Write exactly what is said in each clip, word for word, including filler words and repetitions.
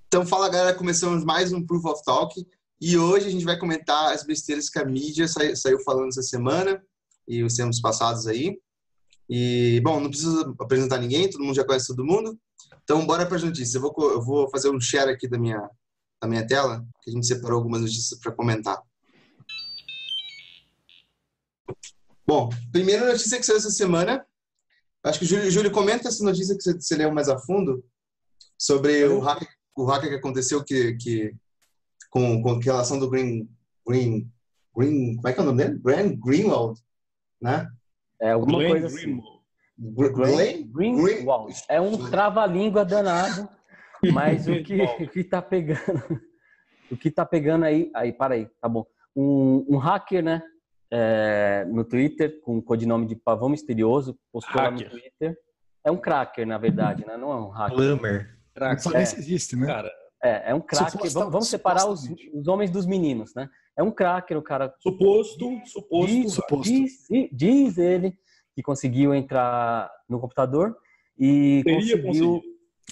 Então fala galera, começamos mais um Proof of Talk e hoje a gente vai comentar as besteiras que a mídia saiu, saiu falando essa semana e os tempos passados aí. E, bom, não preciso apresentar ninguém, todo mundo já conhece todo mundo. Então bora para as notícias. Eu vou, eu vou fazer um share aqui da minha, da minha tela, que a gente separou algumas notícias para comentar. Bom, primeira notícia que saiu essa semana, acho que o Júlio, Júlio comenta essa notícia que você, você leu mais a fundo, sobre o hacker, o hacker que aconteceu que, que, com, com a relação do Green, Green, Green, como é que é o nome dele? Graham Greenwald, né? É alguma Glenn coisa assim. Glenn? Greenwald. É um trava-língua danado, mas o que o que tá pegando, o que tá pegando aí, aí, para aí, tá bom. Um, um hacker, né, é, no Twitter, com o codinome de Pavão Misterioso, postou hacker. Lá no Twitter. É um cracker, na verdade, né? Não é um hacker. Plumber. Não sabe nem se existe, né? Cara, é, é um cracker. Suposta, vamos, vamos separar os, os homens dos meninos, né? É um cracker, o cara... Suposto, suposto. Diz, suposto. Diz, diz ele que conseguiu entrar no computador e Teria conseguiu...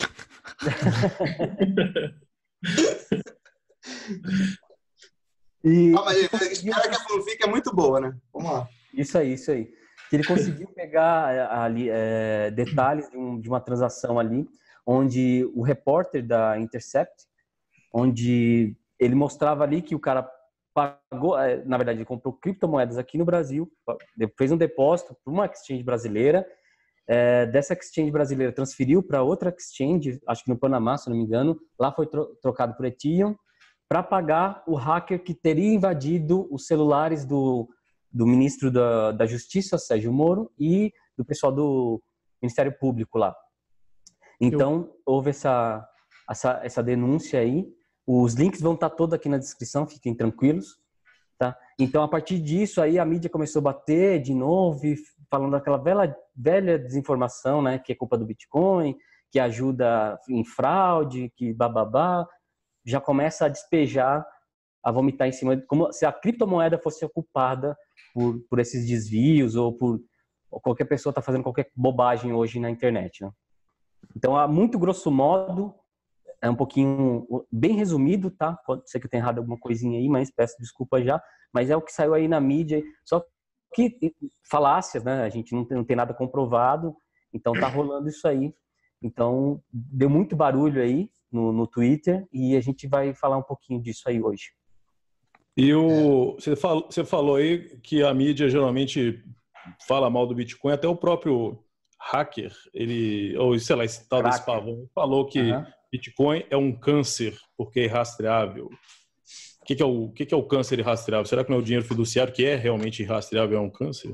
e... Ah, mas espera que a fanfic é muito boa, né? Vamos lá. Isso aí, isso aí. Que ele conseguiu pegar ali é, detalhes de, um, de uma transação ali, onde o repórter da Intercept, onde ele mostrava ali que o cara pagou, na verdade, ele comprou criptomoedas aqui no Brasil, fez um depósito para uma exchange brasileira, é, dessa exchange brasileira transferiu para outra exchange, acho que no Panamá, se não me engano, lá foi tro trocado por Ethereum, para pagar o hacker que teria invadido os celulares do, do ministro da, da Justiça, Sérgio Moro, e do pessoal do Ministério Público lá. Então, houve essa, essa, essa denúncia aí. Os links vão estar todos aqui na descrição, fiquem tranquilos, tá? Então, a partir disso, aí a mídia começou a bater de novo, falando daquela velha, velha desinformação, né? Que é culpa do Bitcoin, que ajuda em fraude, que bababá. Já começa a despejar, a vomitar em cima, como se a criptomoeda fosse culpada por, por esses desvios ou por ou qualquer pessoa está fazendo qualquer bobagem hoje na internet, né? Então, a muito grosso modo, é um pouquinho bem resumido, tá? Pode ser que eu tenha errado alguma coisinha aí, mas peço desculpa já. Mas é o que saiu aí na mídia. Só que falácias, né? A gente não tem, não tem nada comprovado, então tá rolando isso aí. Então, deu muito barulho aí no, no Twitter e a gente vai falar um pouquinho disso aí hoje. E o, você, falou, você falou aí que a mídia geralmente fala mal do Bitcoin, até o próprio hacker, ele, ou sei lá, esse tal desse pavão, falou que uhum. Bitcoin é um câncer porque é irrastreável. O que, que, é o, que, que é o câncer irrastreável? Será que não é o dinheiro fiduciário que é realmente irrastreável, é um câncer?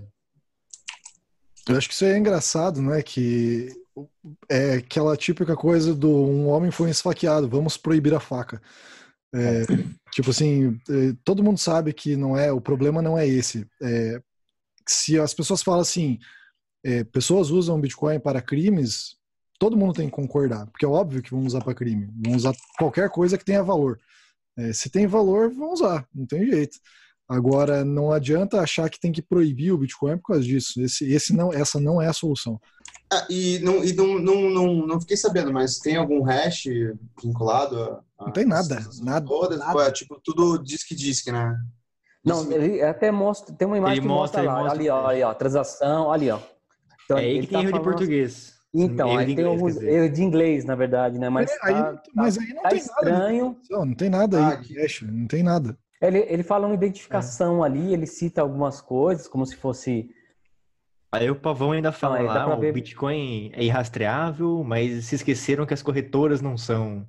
Eu acho que isso aí é engraçado, né? Que é aquela típica coisa do um homem foi esfaqueado, vamos proibir a faca. É, tipo assim, todo mundo sabe que não é, o problema não é esse. É, se as pessoas falam assim, é, pessoas usam Bitcoin para crimes, todo mundo tem que concordar, porque é óbvio que vão usar para crime, vão usar qualquer coisa que tenha valor. É, se tem valor, vão usar, não tem jeito. Agora, não adianta achar que tem que proibir o Bitcoin por causa disso. Esse, esse não, essa não é a solução. Ah, e não, e não, não, não, não fiquei sabendo, mas tem algum hash vinculado a... a não tem nada, nada, todas, nada. É, tipo, tudo diz que diz que, né? Não, ele até mostra, tem uma imagem ele que mostra, mostra lá, mostra, ali, ó, ali, ó, transação, ali, ó. Então, é aí que tem erro tá de português. Então, erro aí de tem inglês, alguns erros de inglês, na verdade, né? Mas, é, tá, aí, mas aí não tá tem estranho. nada. Não tem nada aí, ah, hash, não tem nada. Ele, ele fala uma identificação é. ali, ele cita algumas coisas, como se fosse... Aí o Pavão ainda fala não, lá, o ver... Bitcoin é irrastreável, mas se esqueceram que as corretoras não são.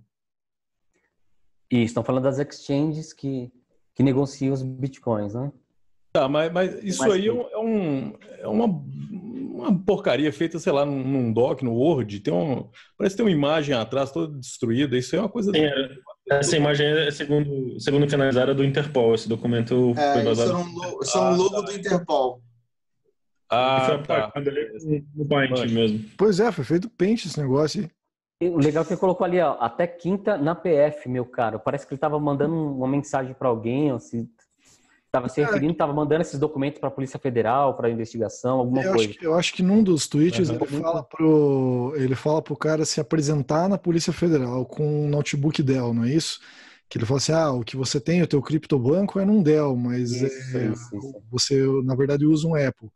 Isso, estão falando das exchanges que, que negociam os Bitcoins, né? Tá, mas, mas isso mas, aí é, um, é uma, uma porcaria feita, sei lá, num, num doc, no Word. Tem um, parece que tem uma imagem atrás toda destruída. Isso é uma coisa... Sim, é. Essa imagem é, segundo, segundo que analisaram, é do Interpol. Esse documento é, foi vazado. Isso é um logo do Interpol. Ah, e foi tá. ali no Paint mesmo. Pois é, foi feito Paint esse negócio aí. E o legal é que ele colocou ali, ó, até quinta na P F, meu caro. Parece que ele tava mandando uma mensagem para alguém, ou se... Estava se referindo, estava mandando esses documentos para a Polícia Federal, para investigação, alguma eu coisa. Acho que, eu acho que num dos tweets Uhum. ele fala pro ele fala pro cara se apresentar na Polícia Federal com um notebook Dell, não é isso? Que ele fala assim, ah, o que você tem, o teu criptobanco é num Dell, mas Isso, é, isso, isso. você, na verdade, usa um Apple.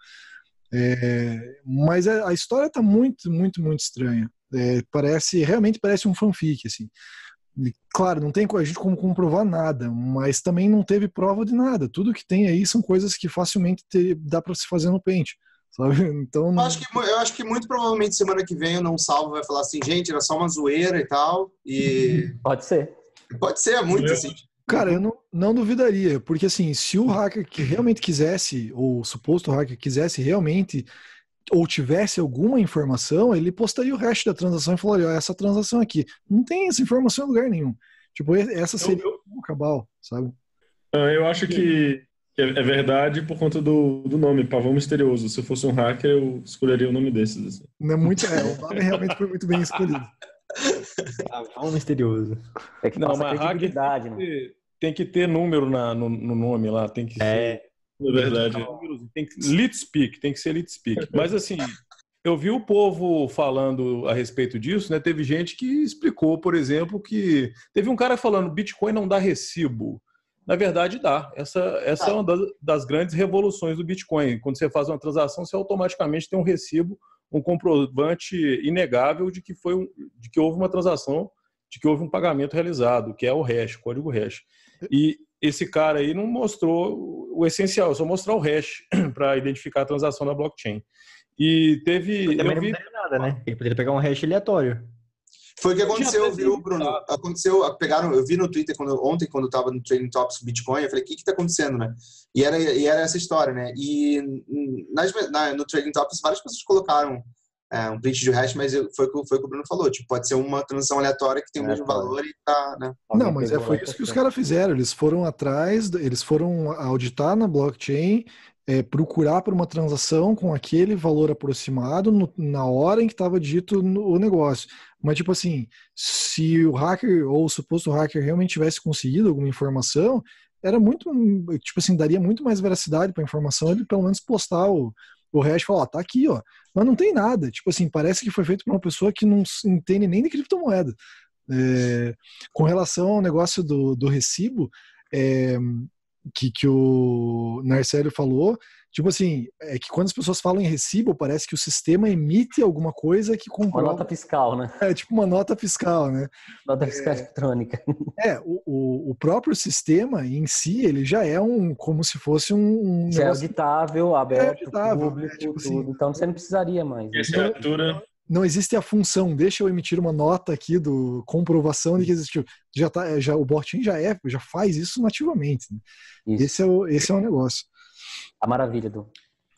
É, mas a, a história está muito, muito, muito estranha. É, parece, realmente parece um fanfic, assim. E, claro, não tem a gente como comprovar nada, mas também não teve prova de nada. Tudo que tem aí são coisas que facilmente te, dá para se fazer no Paint, sabe? Então, eu, acho que, eu acho que muito provavelmente semana que vem o Não Salvo vai falar assim, gente, era só uma zoeira e tal, e... Pode ser. Pode ser, é muito assim. Cara, eu não, não duvidaria, porque assim, se o hacker que realmente quisesse, ou o suposto hacker quisesse realmente, ou tivesse alguma informação, ele postaria o hash da transação e falaria, ó, essa transação aqui, não tem essa informação em lugar nenhum. Tipo, essa seria Eu- o cabal, sabe? Ah, Eu acho que é é verdade por conta do, do nome, Pavão Misterioso. Se eu fosse um hacker, eu escolheria o nome desses. Assim. Não é muito, é, o nome realmente foi muito bem escolhido. Pavão misterioso. É que Não, passa mas hacker credibilidade, tem né? que, ter, tem que ter número na, no, no nome lá, tem que É, É verdade. ser... Tem que, lead speak, tem que ser lead speak. Mas assim, eu vi o povo falando a respeito disso, né? Teve gente que explicou, por exemplo, que... Teve um cara falando, Bitcoin não dá recibo. Na verdade, dá. Essa, essa é uma das, das grandes revoluções do Bitcoin. Quando você faz uma transação, você automaticamente tem um recibo, um comprovante inegável de que, foi um, de que houve uma transação, de que houve um pagamento realizado, que é o hash, o código hash. E esse cara aí não mostrou o essencial, só mostrar o hash para identificar a transação na blockchain. E teve... também Eu não vi, mudaria nada, né? Ele poderia pegar um hash aleatório. Foi o que Eu tinha aconteceu, até viu, Bruno? tentado. Aconteceu, pegaram, eu vi no Twitter quando, ontem, quando eu tava no Trading Topics Bitcoin, eu falei, o que que tá acontecendo, né? E era, e era essa história, né? E nas, na, no Trading Topics várias pessoas colocaram é, um print de hash, mas eu, foi, o que- foi o que o Bruno falou, tipo, pode ser uma transação aleatória que tem o mesmo Aleatório. valor e tá, né? Não, Alguém mas é, pegou foi lá e isso que os postou. caras fizeram. Eles foram atrás, eles foram auditar na blockchain, é, procurar por uma transação com aquele valor aproximado no- na hora em que estava dito no, o negócio. Mas, tipo assim, se o hacker ou o suposto hacker realmente tivesse conseguido alguma informação, era muito, tipo assim, daria muito mais veracidade para a informação ele pelo menos postar o, o hash e falar, ó, tá aqui, ó. Mas não tem nada. Tipo assim, parece que foi feito por uma pessoa que não s- entende nem de criptomoeda. É, com relação ao negócio do, do recibo, é, que, que o Narcélio falou, tipo assim, é que quando as pessoas falam em recibo, parece que o sistema emite alguma coisa que Uma comprova. nota fiscal, né? É tipo uma nota fiscal, né? Nota fiscal eletrônica. É, o, o, o próprio sistema em si, ele já é um, como se fosse um, um Já é negócio. auditável, aberto, auditável, público, né? Tipo tudo. assim, Então você não precisaria mais. E assinatura. Não existe a função, deixa eu emitir uma nota aqui do comprovação de que existiu. Já tá, já, o blockchain já é, já faz isso nativamente. Né? Isso. Esse é o, esse é o negócio. A maravilha do...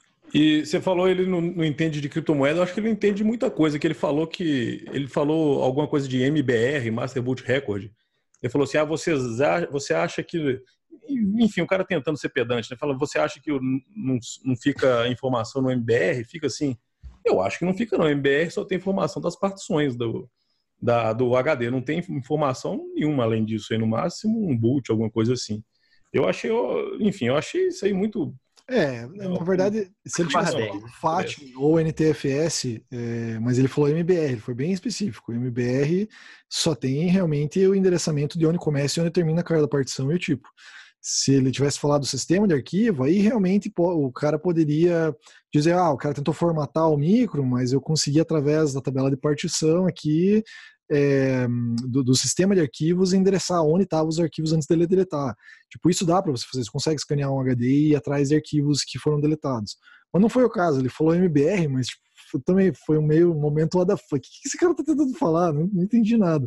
E você falou ele não, não entende de criptomoeda, eu acho que ele não entende de muita coisa, que ele falou que ele falou alguma coisa de M B R, Master Boot Record. Ele falou assim: "Ah, você, você acha que..." Enfim, o cara tentando ser pedante, né? Fala, você acha que não, não fica informação no M B R? Fica assim. Eu acho que não fica não. O M B R só tem informação das partições do, da, do H D, não tem informação nenhuma além disso aí, no máximo um boot, alguma coisa assim. Eu achei, eu, enfim, eu achei isso aí muito... É, na verdade, se ele tivesse Barra falado F A T ou N T F S, é, mas ele falou M B R, ele foi bem específico. O M B R só tem realmente o endereçamento de onde começa e onde termina a cada partição e o tipo. Se ele tivesse falado do sistema de arquivo, aí realmente o cara poderia dizer, ah, o cara tentou formatar o micro, mas eu consegui através da tabela de partição aqui é, do, do sistema de arquivos endereçar onde estavam os arquivos antes dele deletar. Tipo, isso dá para você fazer, você consegue escanear um H D e ir atrás de arquivos que foram deletados. Mas não foi o caso, ele falou M B R, mas tipo, também foi um meio um momento what the fuck. O que esse cara tá tentando falar? Não, não entendi nada.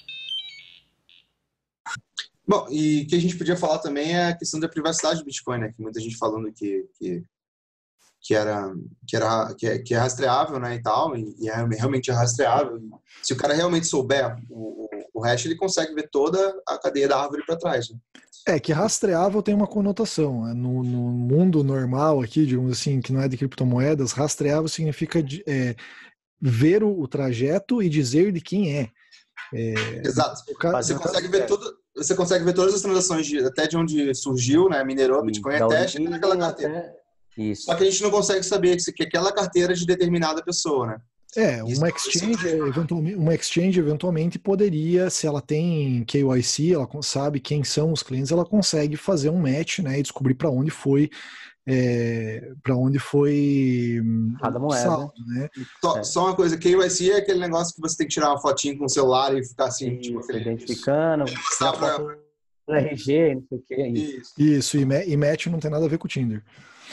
Bom, e o que a gente podia falar também é a questão da privacidade do Bitcoin, né? Que muita gente falando que, que, que, era, que, era, que, é, que é rastreável, né, e tal, e, e é realmente é rastreável. E se o cara realmente souber o, o, o hash, ele consegue ver toda a cadeia da árvore para trás, né? É que rastreável tem uma conotação. No, no mundo normal aqui, digamos assim, que não é de criptomoedas, rastreável significa é, ver o, o trajeto e dizer de quem é. É, Exato. o cara, Você Mas consegue ver tudo, você consegue ver todas as transações, de, até de onde surgiu, né? Minerou, Bitcoin, até chegar naquela carteira. Até... Isso. Só que a gente não consegue saber que, que aquela carteira é de determinada pessoa, né? É, uma exchange, eventualmente, uma exchange eventualmente poderia, se ela tem K Y C, ela sabe quem são os clientes, ela consegue fazer um match, né, e descobrir para onde foi, é, para onde foi cada moeda. Saldo, né? Só, é. só uma coisa, K Y C é aquele negócio que você tem que tirar uma fotinho com o celular e ficar assim, isso, tipo, aquele, identificando, pra... R G, não sei o que, é isso. Isso, isso e, e match não tem nada a ver com o Tinder.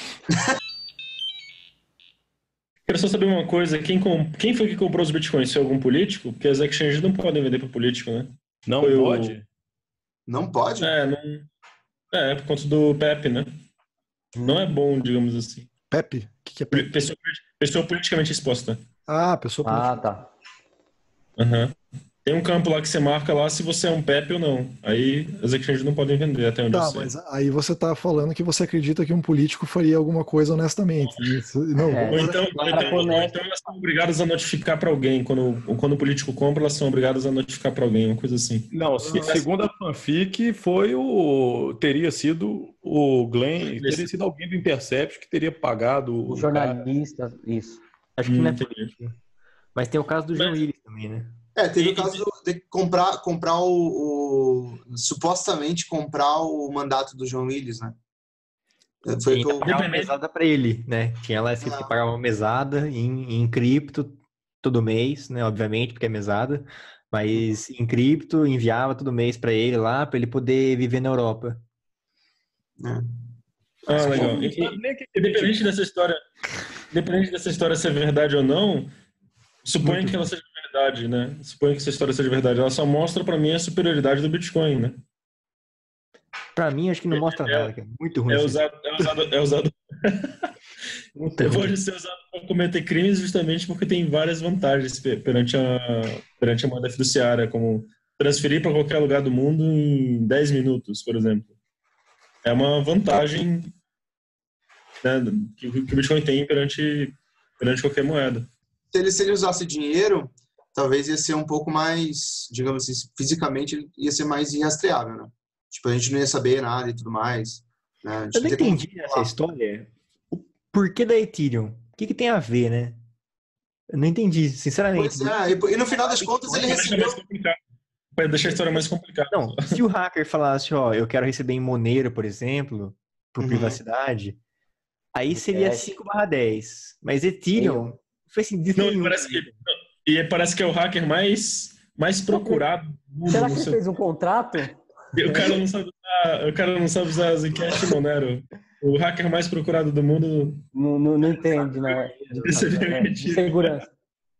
Quero só saber uma coisa, quem, com... quem foi que comprou os bitcoins? Foi algum político? Porque as exchanges não podem vender para político, né? Não foi pode? O... Não pode? É, não... é, por conta do P E P, né? Não é bom, digamos assim. P E P? O que, que é P E P? Pessoa, pessoa politicamente exposta. Ah, pessoa politicamente. Ah, tá. Aham. Uhum. Tem um campo lá que você marca lá se você é um P E P ou não. Aí as exchanges não podem vender até onde tá, eu sei. Mas aí você tá falando que você acredita que um político faria alguma coisa honestamente. Isso, não, é. Ou então, ou então, ou então elas são obrigadas a notificar para alguém. Quando, quando o político compra, elas são obrigadas a notificar para alguém, uma coisa assim. Não, se, segundo a fanfic, foi o. Teria sido o Glenn, teria sido alguém do Intercept que teria pagado o, o jornalista, cara. Isso. Acho que hum, não é político. Mas tem o caso do João Willis também, né? É, teve e, o caso de comprar, comprar o, o... supostamente comprar o mandato do João Willis, né? Foi que eu... pagar uma mesada para ele, né? Tinha lá escrito ah. que pagava uma mesada em, em cripto todo mês, né? Obviamente, porque é mesada. Mas em cripto, enviava todo mês para ele lá, para ele poder viver na Europa. É. Ah, legal. Independente dessa história, independente dessa história ser verdade ou não, suponho Muito que ela seja verdade, né? Suponho que essa história seja verdade. Ela só mostra pra mim a superioridade do Bitcoin, né? Pra mim, acho que não mostra é, nada, que é muito ruim. É usado... É usado, é usado... pode ser usado para cometer crimes justamente porque tem várias vantagens perante a, perante a moeda fiduciária, como transferir para qualquer lugar do mundo em dez minutos, por exemplo. É uma vantagem, né, que, que o Bitcoin tem perante, perante qualquer moeda. Se ele, se ele usasse dinheiro, talvez ia ser um pouco mais, digamos assim, fisicamente ia ser mais irrastreável, né? Tipo, a gente não ia saber nada e tudo mais. Né? Eu não entendi como... essa história. O porquê da Ethereum? O que, que tem a ver, né? Eu não entendi, sinceramente. Pois é, e no final das contas ele recebeu... Vai deixar a história mais complicada. Não, se o hacker falasse, ó, eu quero receber em Monero, por exemplo, por uhum. privacidade, aí seria cinco barra dez. Mas Ethereum... Foi assim, não, e parece, que, e parece que é o hacker mais, mais procurado. Será que ele seu... fez um contrato? E o cara não sabe usar, o cara não sabe usar Zcash e Monero. O hacker mais procurado do mundo... Não, não, não entende, não. É, é, de segurança.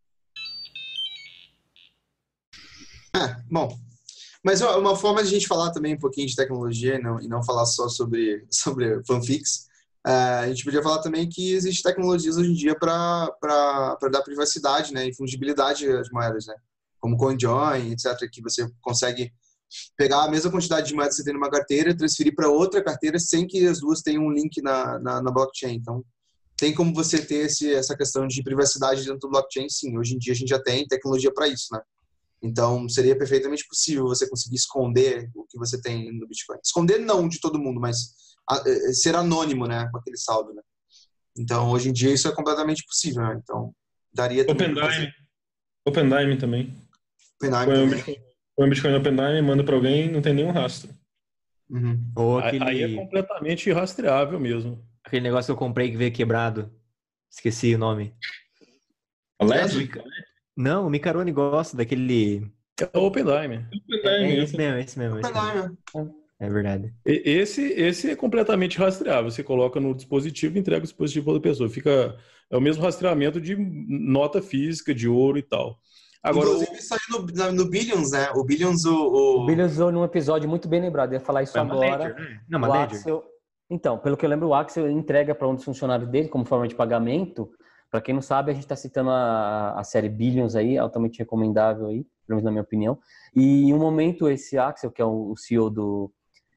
É, bom. Mas uma forma de a gente falar também um pouquinho de tecnologia e não, e não falar só sobre, sobre fanfics, Uh, a gente podia falar também que existe tecnologias hoje em dia para dar privacidade, né, e fungibilidade às moedas, né, como CoinJoin, etcétera, que você consegue pegar a mesma quantidade de moedas que você tem numa carteira e transferir para outra carteira sem que as duas tenham um link na, na, na blockchain. Então, tem como você ter esse, essa questão de privacidade dentro do blockchain, sim. Hoje em dia a gente já tem tecnologia para isso, né. Então, seria perfeitamente possível você conseguir esconder o que você tem no Bitcoin. Esconder não de todo mundo, mas ser anônimo, né, com aquele saldo, né? Então, hoje em dia isso é completamente possível, né? Então, daria OpenDime. OpenDime também. OpenDime Põe um Bitcoin, põe um Bitcoin no OpenDime, manda para alguém, não tem nenhum rastro. Uhum. Ou aquele... Aí é completamente rastreável mesmo. Aquele negócio que eu comprei que veio quebrado. Esqueci o nome. A Ledger? Não, o Micarone gosta daquele... É o OpenDime. É, é esse mesmo, esse mesmo. Esse mesmo. É verdade. Esse, esse é completamente rastreável. Você coloca no dispositivo e entrega o dispositivo para outra pessoa. Fica, é o mesmo rastreamento de nota física, de ouro e tal. Agora, inclusive, isso saiu no, no Billions, né? O Billions, o... O, o Billions usou num episódio muito bem lembrado. Eu ia falar isso é agora. Ledger, né? Não, mas Axel... Então, pelo que eu lembro, o Axel entrega para um dos funcionários dele como forma de pagamento. Para quem não sabe, a gente está citando a, a série Billions aí, altamente recomendável aí, pelo menos na minha opinião. E em um momento, esse Axel, que é o C E O do...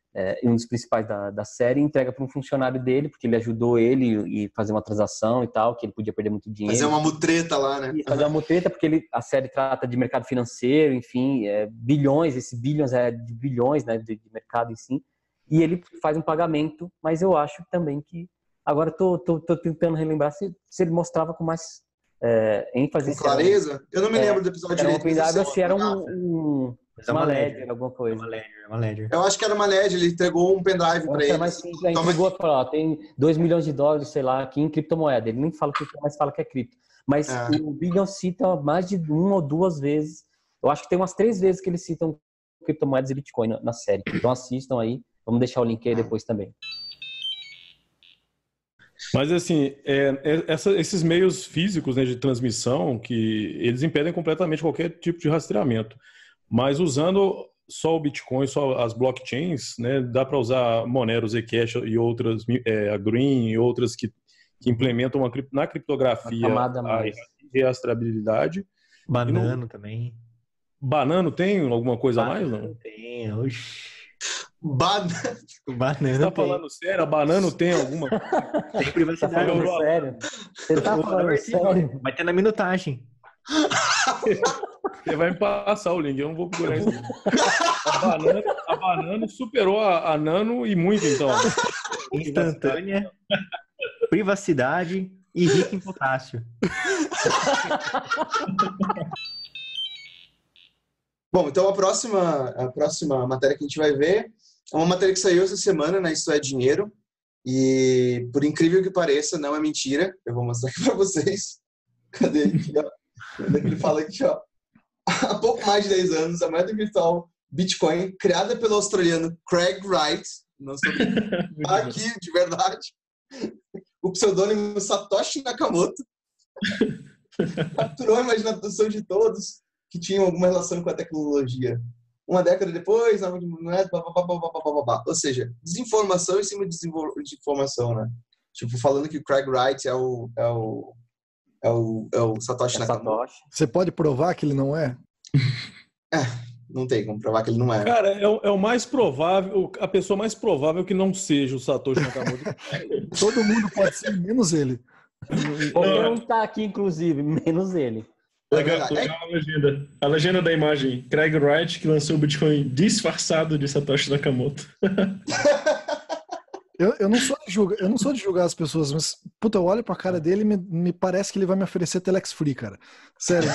é, um dos principais da, da série, entrega para um funcionário dele, porque ele ajudou ele e fazer uma transação e tal, que ele podia perder muito dinheiro. Fazer uma mutreta lá, né? E fazer uma mutreta, porque ele, a série trata de mercado financeiro, enfim, é, bilhões, esse bilhões é de bilhões, né, de, de mercado em si, e ele faz um pagamento, mas eu acho também que, agora tô, tô, tô tentando relembrar se, se ele mostrava com mais é, ênfase. Com clareza? Um, eu não me é, lembro do episódio era direito. Um pendrive, se era um, um é uma, uma ledger, ledger, alguma coisa. Uma ledger, uma ledger. Eu acho que era uma ledger, ele entregou um pendrive para ele. Mas sim, ele entregou e falou, ó, tem dois milhões de dólares, sei lá, aqui em criptomoeda. Ele nem fala cripto, mas fala que é cripto. Mas é. o Billion cita mais de uma ou duas vezes. Eu acho que tem umas três vezes que eles citam criptomoedas e Bitcoin na, na série. Então assistam aí. Vamos deixar o link aí depois também. Mas assim, é, é, essa, esses meios físicos, né, de transmissão, que eles impedem completamente qualquer tipo de rastreamento. Mas usando só o Bitcoin, só as blockchains, né, dá para usar Monero, Zcash e outras, é, a Green e outras que, que implementam uma, na criptografia a rastreabilidade. Banano no, também. Banano tem alguma coisa Banano a mais, não? Tem, oxi. Banano. Banano Você tá falando sério? A Banano tem alguma? Tem privacidade. Tá falando sério? Você tá falando sério? Vai ter na minutagem. Você vai me passar o link, eu não vou procurar isso. A Banano, a Banano superou a, a Nano e muito, então. Instantânea, privacidade e rica em potássio. Bom, então a próxima, a próxima matéria que a gente vai ver é uma matéria que saiu essa semana na Isto é Dinheiro. E, por incrível que pareça, não é mentira. Eu vou mostrar aqui para vocês. Cadê aqui, ó? Ele fala aqui, ó. Há pouco mais de dez anos, a moeda virtual Bitcoin, criada pelo australiano Craig Wright, não sei aqui de verdade, o pseudônimo Satoshi Nakamoto, capturou a imaginação de todos que tinham alguma relação com a tecnologia. Uma década depois, não é, ou seja, desinformação em cima de desinformação, né? Tipo, falando que o Craig Wright é o, é o É o, é o Satoshi é Nakamoto. Você pode provar que ele não é? É, não tem como provar que ele não é. Cara, é o, é o mais provável, a pessoa mais provável que não seja o Satoshi Nakamoto. Todo mundo pode ser, menos ele. Qualquer um tá aqui, inclusive, menos ele. Legal, legal a legenda. A legenda da imagem. Craig Wright, que lançou o Bitcoin disfarçado de Satoshi Nakamoto. Eu, eu, não sou de julgar, eu não sou de julgar as pessoas, mas, puta, eu olho pra cara dele e me, me parece que ele vai me oferecer Telex Free, cara. Sério.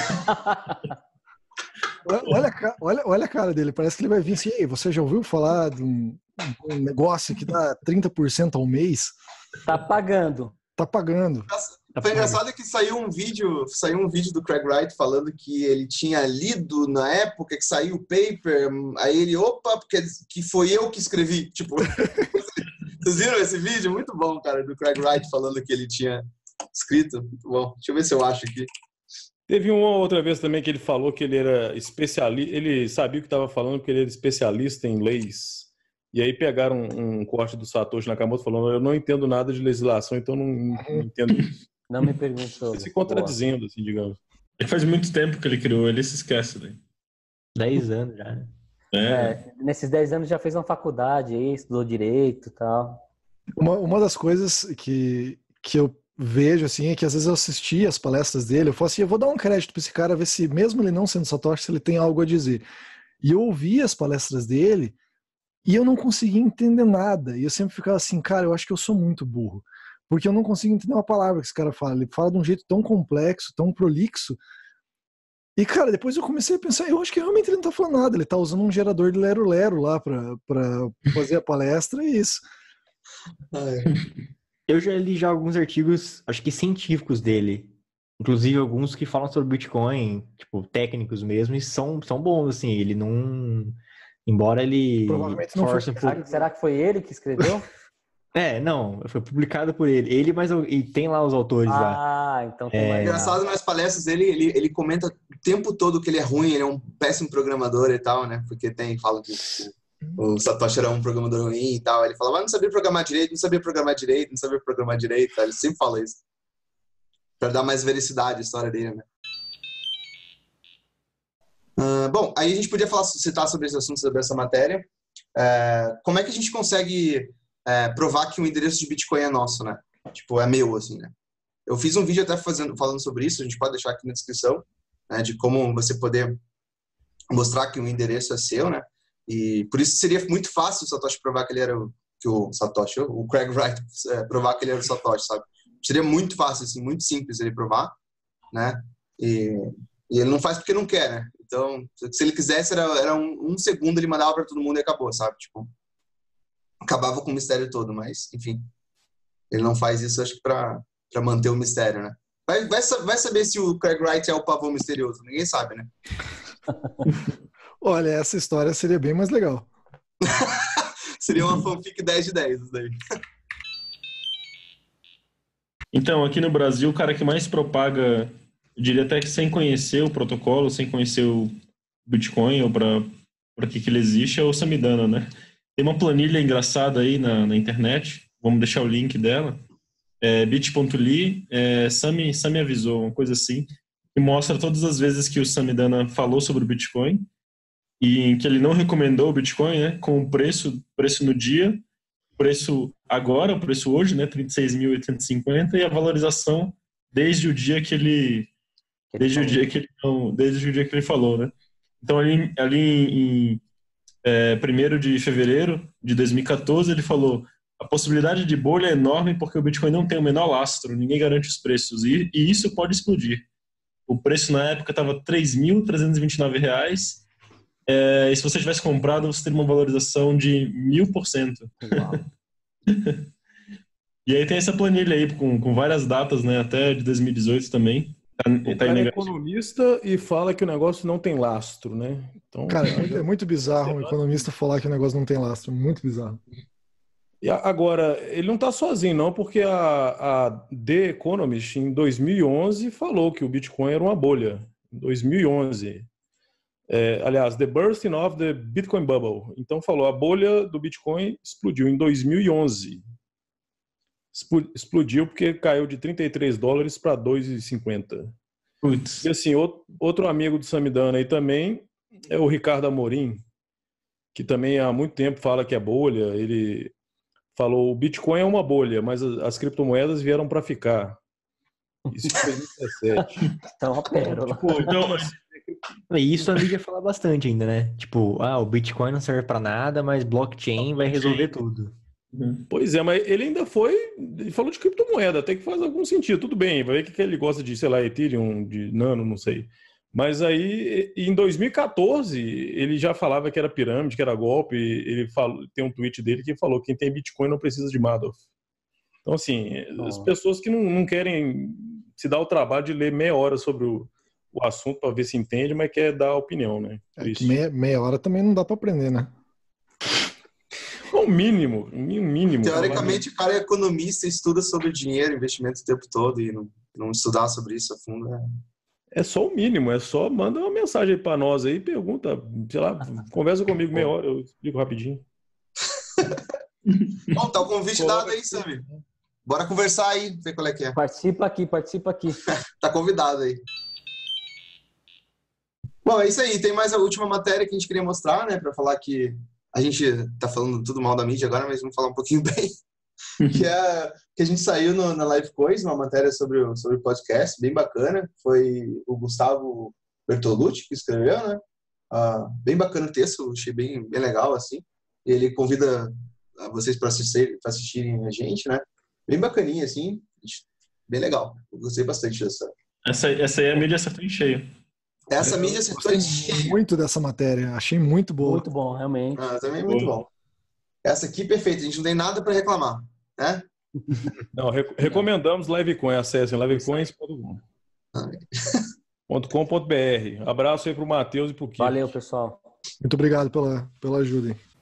olha, olha, olha a cara dele, parece que ele vai vir assim, ei, você já ouviu falar de um, um negócio que dá trinta por cento ao mês? Tá pagando. Tá pagando. Foi engraçado que saiu um vídeo, saiu um vídeo do Craig Wright falando que ele tinha lido na época que saiu o paper, aí ele, opa, porque que foi eu que escrevi, tipo... Vocês viram esse vídeo? Muito bom, cara, do Craig Wright falando que ele tinha escrito. Muito bom. Deixa eu ver se eu acho aqui. Teve uma outra vez também que ele falou que ele era especialista, ele sabia o que estava falando porque ele era especialista em leis. E aí pegaram um, um corte do Satoshi Nakamoto falando, eu não entendo nada de legislação, então não, não entendo isso. Não me perguntou. Se contradizendo, assim, digamos. E faz muito tempo que ele criou, ele se esquece, né? Dez anos já, né? É. É, nesses dez anos já fez uma faculdade aí, estudou direito e tal. Uma, uma das coisas que, que eu vejo, assim, é que às vezes eu assisti as palestras dele, eu falo assim, eu vou dar um crédito pra esse cara, ver se, mesmo ele não sendo Satoshi, se ele tem algo a dizer. E eu ouvi as palestras dele e eu não conseguia entender nada. E eu sempre ficava assim, cara, eu acho que eu sou muito burro. Porque eu não consigo entender uma palavra que esse cara fala. Ele fala de um jeito tão complexo, tão prolixo. E, cara, depois eu comecei a pensar, eu acho que realmente ele não tá falando nada. Ele tá usando um gerador de lero-lero lá pra, pra fazer a palestra e isso. Eu já li já alguns artigos, acho que científicos dele. Inclusive alguns que falam sobre Bitcoin, tipo, técnicos mesmo, e são, são bons, assim. Ele não... Embora ele... Provavelmente não foi. Será, será que foi ele que escreveu? É, não, foi publicado por ele. Ele, mas e tem lá os autores ah, lá. Ah, então tem é... mais. Engraçado, nas palestras dele, ele, ele comenta o tempo todo que ele é ruim, ele é um péssimo programador e tal, né? Porque tem, fala que o, o Satoshi era um programador ruim e tal. Ele fala, mas não sabia programar direito, não sabia programar direito, não sabia programar direito. Tá? Ele sempre fala isso. Pra dar mais veracidade à história dele, né? Uh, bom, aí a gente podia falar, citar sobre esse assunto, sobre essa matéria. é, como é que a gente consegue é, provar que o endereço de Bitcoin é nosso, né? Tipo, é meu, assim, né? Eu fiz um vídeo até fazendo, falando sobre isso, a gente pode deixar aqui na descrição, né, de como você poder mostrar que o endereço é seu, né? E por isso seria muito fácil o Satoshi provar que ele era o, que o Satoshi, o Craig Wright é, provar que ele era o Satoshi, sabe? Seria muito fácil, assim, muito simples ele provar, né? E, e ele não faz porque não quer, né? Então, se ele quisesse, era, era um, um segundo, ele mandava para todo mundo e acabou, sabe? Tipo, acabava com o mistério todo, mas, enfim, ele não faz isso, acho que para para manter o mistério, né? Vai, vai, vai saber se o Craig Wright é o pavão misterioso, ninguém sabe, né? Olha, essa história seria bem mais legal. Seria uma fanfic dez de dez, isso daí. Então, aqui no Brasil, o cara que mais propaga, eu diria até que sem conhecer o protocolo, sem conhecer o Bitcoin ou para que, que ele existe, é o Samidana, né? Tem uma planilha engraçada aí na, na internet, vamos deixar o link dela, é bit ponto l y, é, Sami, Sami avisou, uma coisa assim, que mostra todas as vezes que o Samidana falou sobre o Bitcoin e em que ele não recomendou o Bitcoin, né, com o preço, preço no dia, preço agora, o preço hoje, né, trinta e seis mil oitocentos e cinquenta, e a valorização desde o dia que ele desde o dia que ele não, desde o dia que ele falou, né? Então ali, ali em é, primeiro de fevereiro de dois mil e quatorze ele falou: a possibilidade de bolha é enorme porque o Bitcoin não tem o menor lastro, ninguém garante os preços e, e isso pode explodir. O preço na época estava três mil trezentos e vinte e nove reais. É, e se você tivesse comprado, você teria uma valorização de mil por cento. E aí tem essa planilha aí com, com várias datas, né, até de dois mil e dezoito também. Tá, o tá cara é economista e fala que o negócio não tem lastro, né? Então, cara, é muito, é muito bizarro um economista falar que o negócio não tem lastro. Muito bizarro. E agora, ele não está sozinho, não, porque a, a The Economist, em dois mil e onze, falou que o Bitcoin era uma bolha. Em dois mil e onze. É, aliás, The Bursting of the Bitcoin Bubble. Então falou, a bolha do Bitcoin explodiu em dois mil e onze. Explodiu porque caiu de trinta e três dólares para dois e cinquenta. Putz. E assim, outro amigo do Samidana aí também é o Ricardo Amorim, que também há muito tempo fala que é bolha. Ele falou, o Bitcoin é uma bolha, mas as criptomoedas vieram para ficar. Isso em dois mil e dezessete. Então, uma pérola. Tipo, então, e isso a mídia fala bastante ainda, né? Tipo, ah, o Bitcoin não serve para nada, mas blockchain vai resolver tudo. Pois é, mas ele ainda foi, ele falou de criptomoeda, até que faz algum sentido, tudo bem, vai ver que ele gosta de, sei lá, Ethereum, de Nano, não sei. Mas aí, em dois mil e quatorze, ele já falava que era pirâmide, que era golpe, ele falou, tem um tweet dele que falou, quem tem Bitcoin não precisa de Madoff. Então, assim, oh. as pessoas que não, não querem se dar o trabalho de ler meia hora sobre o, o assunto para ver se entende, mas quer dar opinião, né? É que meia, meia hora também não dá para aprender, né? O mínimo, o mínimo. Teoricamente, o cara é economista e estuda sobre dinheiro, investimento o tempo todo e não, não estudar sobre isso a fundo. É, é só o mínimo, é só manda uma mensagem para nós aí, pergunta, sei lá, conversa comigo meia hora, eu explico rapidinho. Bom, tá o convite dado aí, Sami. Bora conversar aí, ver qual é que é. Participa aqui, participa aqui. Tá convidado aí. Bom, é isso aí. Tem mais a última matéria que a gente queria mostrar, né, para falar que a gente tá falando tudo mal da mídia agora, mas vamos falar um pouquinho bem. que é que a gente saiu no, na Live Coins, uma matéria sobre o sobre podcast, bem bacana. Foi o Gustavo Bertolucci que escreveu, né? Ah, bem bacana o texto, achei bem, bem legal, assim. Ele convida vocês para assistir, para assistirem a gente, né? Bem bacaninha, assim. Bem legal. Eu gostei bastante dessa. Essa, essa aí é a mídia acertou em cheio. Essa é, mídia acertou em cheio. Muito dessa matéria. Achei muito boa. Muito bom, realmente. Ah, também é muito bom. Essa aqui, perfeita. A gente não tem nada para reclamar, né? Não, rec recomendamos Livecoin. Acessem livecoins ponto com ponto br. Abraço aí pro Matheus e pro Kiko. Valeu, pessoal. Muito obrigado pela, pela ajuda. Hein?